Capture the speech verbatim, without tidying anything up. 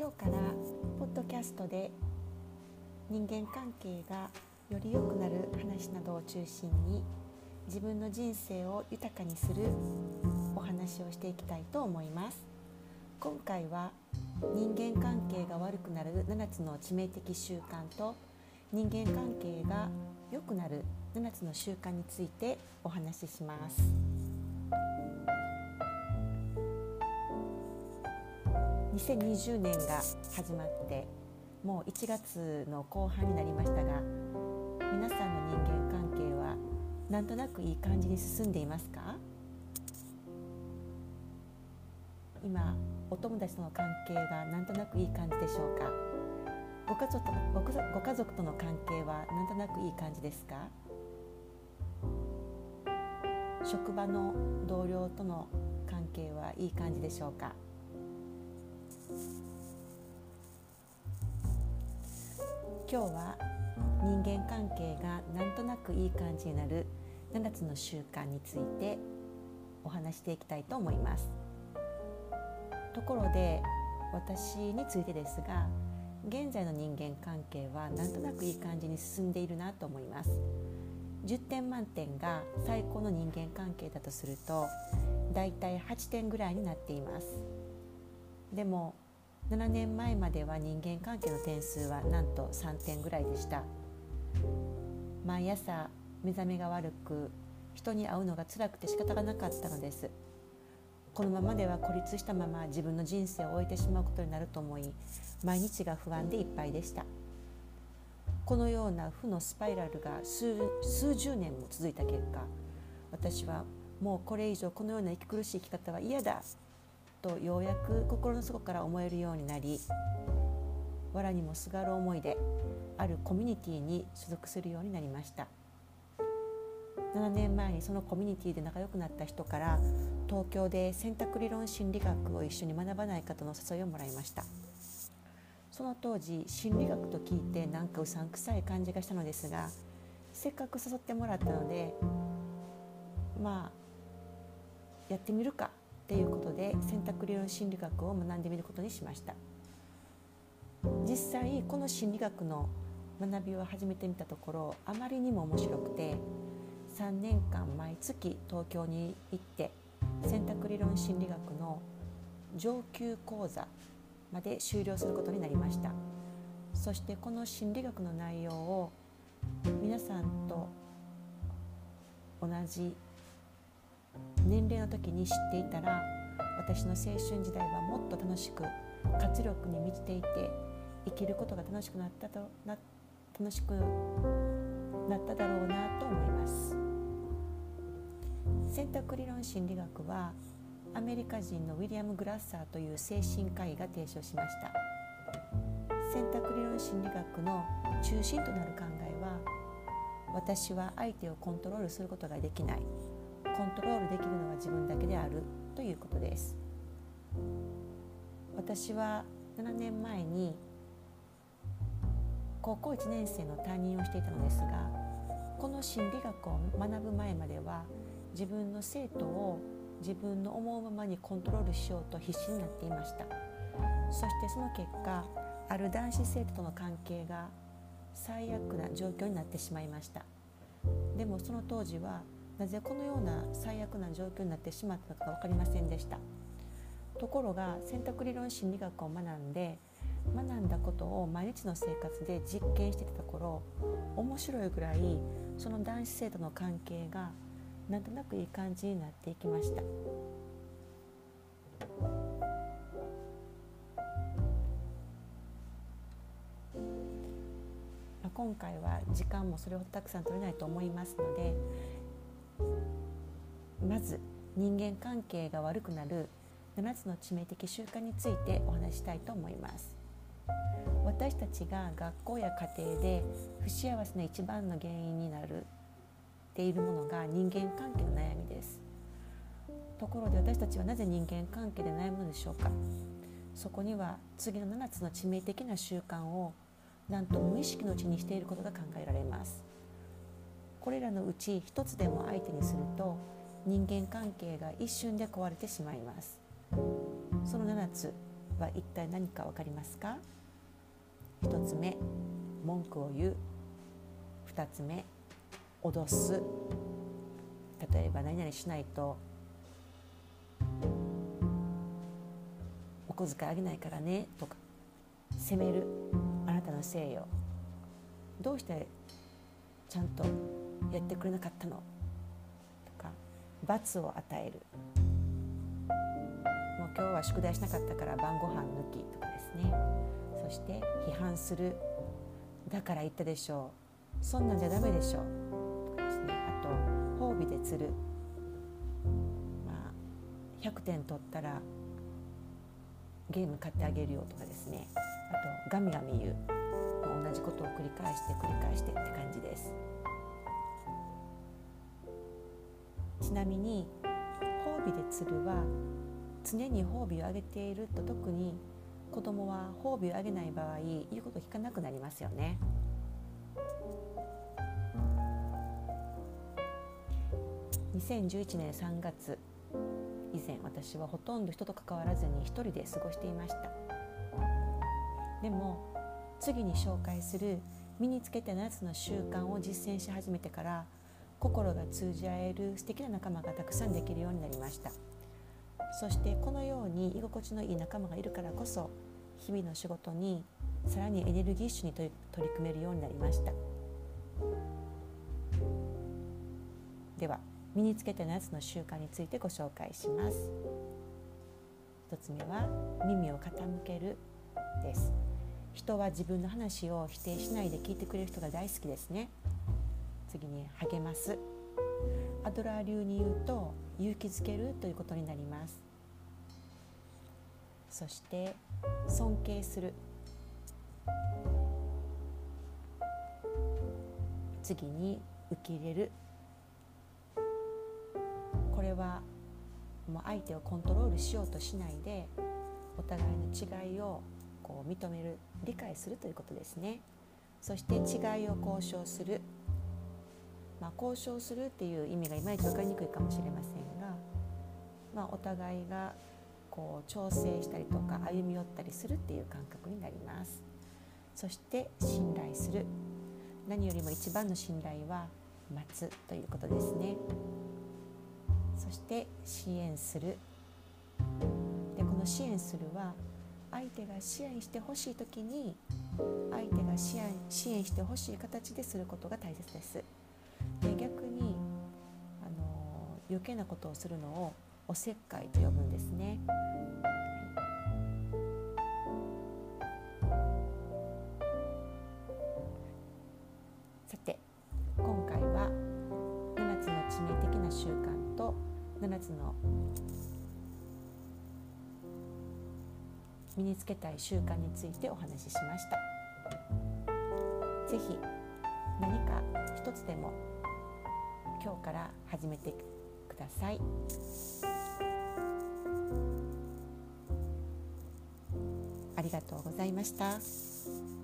今日からポッドキャストで人間関係がより良くなる話などを中心に自分の人生を豊かにするお話をしていきたいと思います。今回は人間関係が悪くなるななつの致命的習慣と人間関係が良くなるななつの習慣についてお話しします。にせんにじゅうねんが始まってもういちがつの後半になりましたが、皆さんの人間関係はなんとなくいい感じに進んでいますか？今お友達との関係がなんとなくいい感じでしょうか？ご家族との、ごご家族との関係はなんとなくいい感じですか？職場の同僚との関係はいい感じでしょうか？今日は人間関係がなんとなくいい感じになるななつの習慣についてお話していきたいと思います。ところで私についてですが、現在の人間関係はなんとなくいい感じに進んでいるなと思います。じゅってん満点が最高の人間関係だとするとだいたいはってんぐらいになっています。でもななねんまえまでは人間関係の点数はなんとさんてんぐらいでした。毎朝目覚めが悪く人に会うのが辛くて仕方がなかったのです。このままでは孤立したまま自分の人生を終えてしまうことになると思い、毎日が不安でいっぱいでした。このような負のスパイラルが 数, 数十年も続いた結果、私はもうこれ以上このような息苦しい生き方は嫌だとようやく心の底から思えるようになり、藁にもすがる思いであるコミュニティに所属するようになりました。ななねんまえにそのコミュニティで仲良くなった人から東京で選択理論心理学を一緒に学ばないかとの誘いをもらいました。その当時心理学と聞いてなんかうさんくさい感じがしたのですが、せっかく誘ってもらったのでまあやってみるかということで選択理論心理学を学んでみることにしました。実際この心理学の学びを始めてみたところ、あまりにも面白くてさんねんかん毎月東京に行って選択理論心理学の上級講座まで修了することになりました。そしてこの心理学の内容を皆さんと同じ年齢の時に知っていたら、私の青春時代はもっと楽しく活力に満ちていて生きることが楽しくなったとな楽しくなっただろうなと思います。選択理論心理学はアメリカ人のウィリアム・グラッサーという精神科医が提唱しました。選択理論心理学の中心となる考えは、私は相手をコントロールすることができない、コントロールできるのは自分だけであるということです。私はななねんまえに高校いちねん生の担任をしていたのですが、この心理学を学ぶ前までは自分の生徒を自分の思うままにコントロールしようと必死になっていました。そしてその結果、ある男子生徒との関係が最悪な状況になってしまいました。でもその当時はなぜこのような最悪な状況になってしまったのか分かりませんでした。ところが選択理論心理学を学んで学んだことを毎日の生活で実験していたところ、面白いぐらいその男子生徒の関係がなんとなくいい感じになっていきました。今回は時間もそれほどたくさん取れないと思いますので、まず人間関係が悪くなるななつの致命的習慣についてお話したいと思います。私たちが学校や家庭で不幸せな一番の原因になるっているものが人間関係の悩みです。ところで私たちはなぜ人間関係で悩むのでしょうか？そこには次のななつの致命的な習慣をなんと無意識のうちにしていることが考えられます。これらのうち一つでも相手にすると人間関係が一瞬で壊れてしまいます。そのななつ、 は一体何か分かりますか？一つ目、文句を言う。二つ目、脅す。例えば何々しないとお小遣いあげないからねとか、責める。あなたのせいよ、どうしてちゃんとやってくれなかったのとか、罰を与える。もう今日は宿題しなかったから晩ご飯抜きとかですね。そして批判する。だから言ったでしょう、そんなんじゃダメでしょとかですね。あと褒美で釣る。まあひゃくてん取ったらゲーム買ってあげるよとかですね。あとガミガミ言う。同じことを繰り返して繰り返してって感じです。ちなみに褒美で釣るは常に褒美をあげていると、特に子供は褒美をあげない場合、言うことを聞かなくなりますよね。にせんじゅういちねんさんがつ、以前私はほとんど人と関わらずに一人で過ごしていました。でも次に紹介する身につけてななつの習慣を実践し始めてから、心が通じ合える素敵な仲間がたくさんできるようになりました。そしてこのように居心地のいい仲間がいるからこそ、日々の仕事にさらにエネルギッシュに取り、取り組めるようになりました。では身につけてななつの習慣についてご紹介します。一つ目は耳を傾けるです。人は自分の話を否定しないで聞いてくれる人が大好きですね。次に励ます。アドラー流に言うと勇気づけるということになります。そして尊敬する。次に受け入れる。これはもう相手をコントロールしようとしないで、お互いの違いをこう認める、理解するということですね。そして違いを交渉する。まあ、交渉するっていう意味がいまいち分かりにくいかもしれませんが、まあ、お互いがこう調整したりとか歩み寄ったりするっていう感覚になります。そして信頼する。何よりも一番の信頼は待つということですね。そして支援する。で、この支援するは相手が支援してほしいときに相手が支援、支援してほしい形ですることが大切です。で、逆にあの余計なことをするのをおせっかいと呼ぶんですね。さて、今回はななつの致命的な習慣とななつの身につけたい習慣についてお話ししました。ぜひ何か一つでも今日から始めてください。ありがとうございました。